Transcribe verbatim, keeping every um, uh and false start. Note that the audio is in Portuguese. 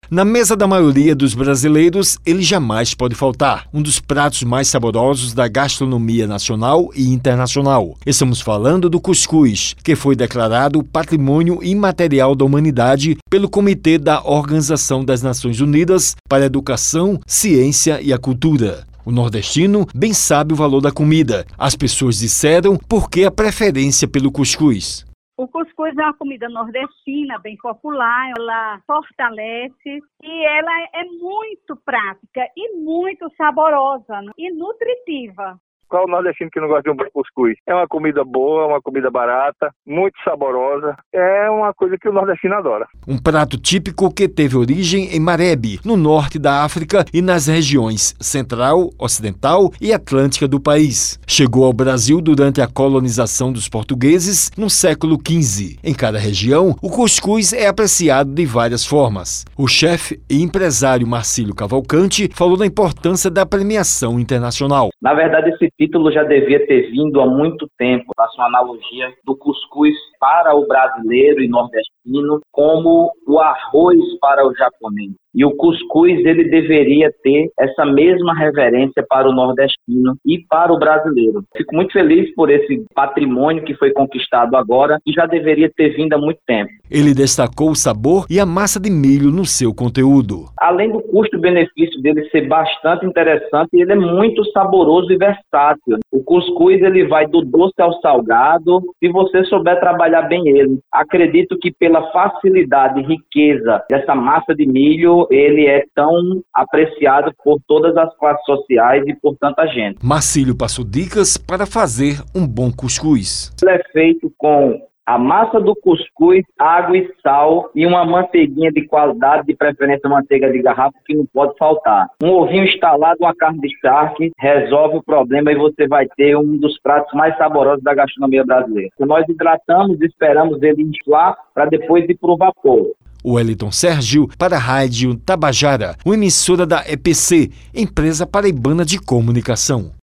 Na mesa da maioria dos brasileiros, ele jamais pode faltar. Um dos pratos mais saborosos da gastronomia nacional e internacional. Estamos falando do cuscuz, que foi declarado Patrimônio Imaterial da Humanidade pelo Comitê da Organização das Nações Unidas para a Educação, Ciência e a Cultura. O nordestino bem sabe o valor da comida. As pessoas disseram por que a preferência pelo cuscuz. O cuscuz é uma comida nordestina, bem popular, ela fortalece e ela é muito prática e muito saborosa e nutritiva. Qual o nordestino que não gosta de um bom cuscuz? É uma comida boa, é uma comida barata, muito saborosa. É uma coisa que o nordestino adora. Um prato típico que teve origem em Marebe, no norte da África e nas regiões central, ocidental e atlântica do país. Chegou ao Brasil durante a colonização dos portugueses no século quinze. Em cada região, o cuscuz é apreciado de várias formas. O chefe e empresário Marcílio Cavalcante falou da importância da premiação internacional. Na verdade, esse título já devia ter vindo há muito tempo. Faço uma analogia do cuscuz para o brasileiro e nordestino como o arroz para o japonês. E o cuscuz, ele deveria ter essa mesma reverência para o nordestino e para o brasileiro. Fico muito feliz por esse patrimônio que foi conquistado agora e já deveria ter vindo há muito tempo. Ele destacou o sabor e a massa de milho no seu conteúdo. Além do custo-benefício dele ser bastante interessante, ele é muito saboroso e versátil. O cuscuz, ele vai do doce ao salgado, se você souber trabalhar bem ele. Acredito que pela facilidade e riqueza dessa massa de milho, ele é tão apreciado por todas as classes sociais e por tanta gente. Marcílio passou dicas para fazer um bom cuscuz. Ele é feito com a massa do cuscuz, água e sal e uma manteiguinha de qualidade, de preferência manteiga de garrafa, que não pode faltar. Um ovinho estalado, uma carne de charque, resolve o problema e você vai ter um dos pratos mais saborosos da gastronomia brasileira. Nós hidratamos e esperamos ele inflar para depois ir para o vapor. Wellington Sérgio para a Rádio Tabajara, uma emissora da E P C, Empresa Paraibana de Comunicação.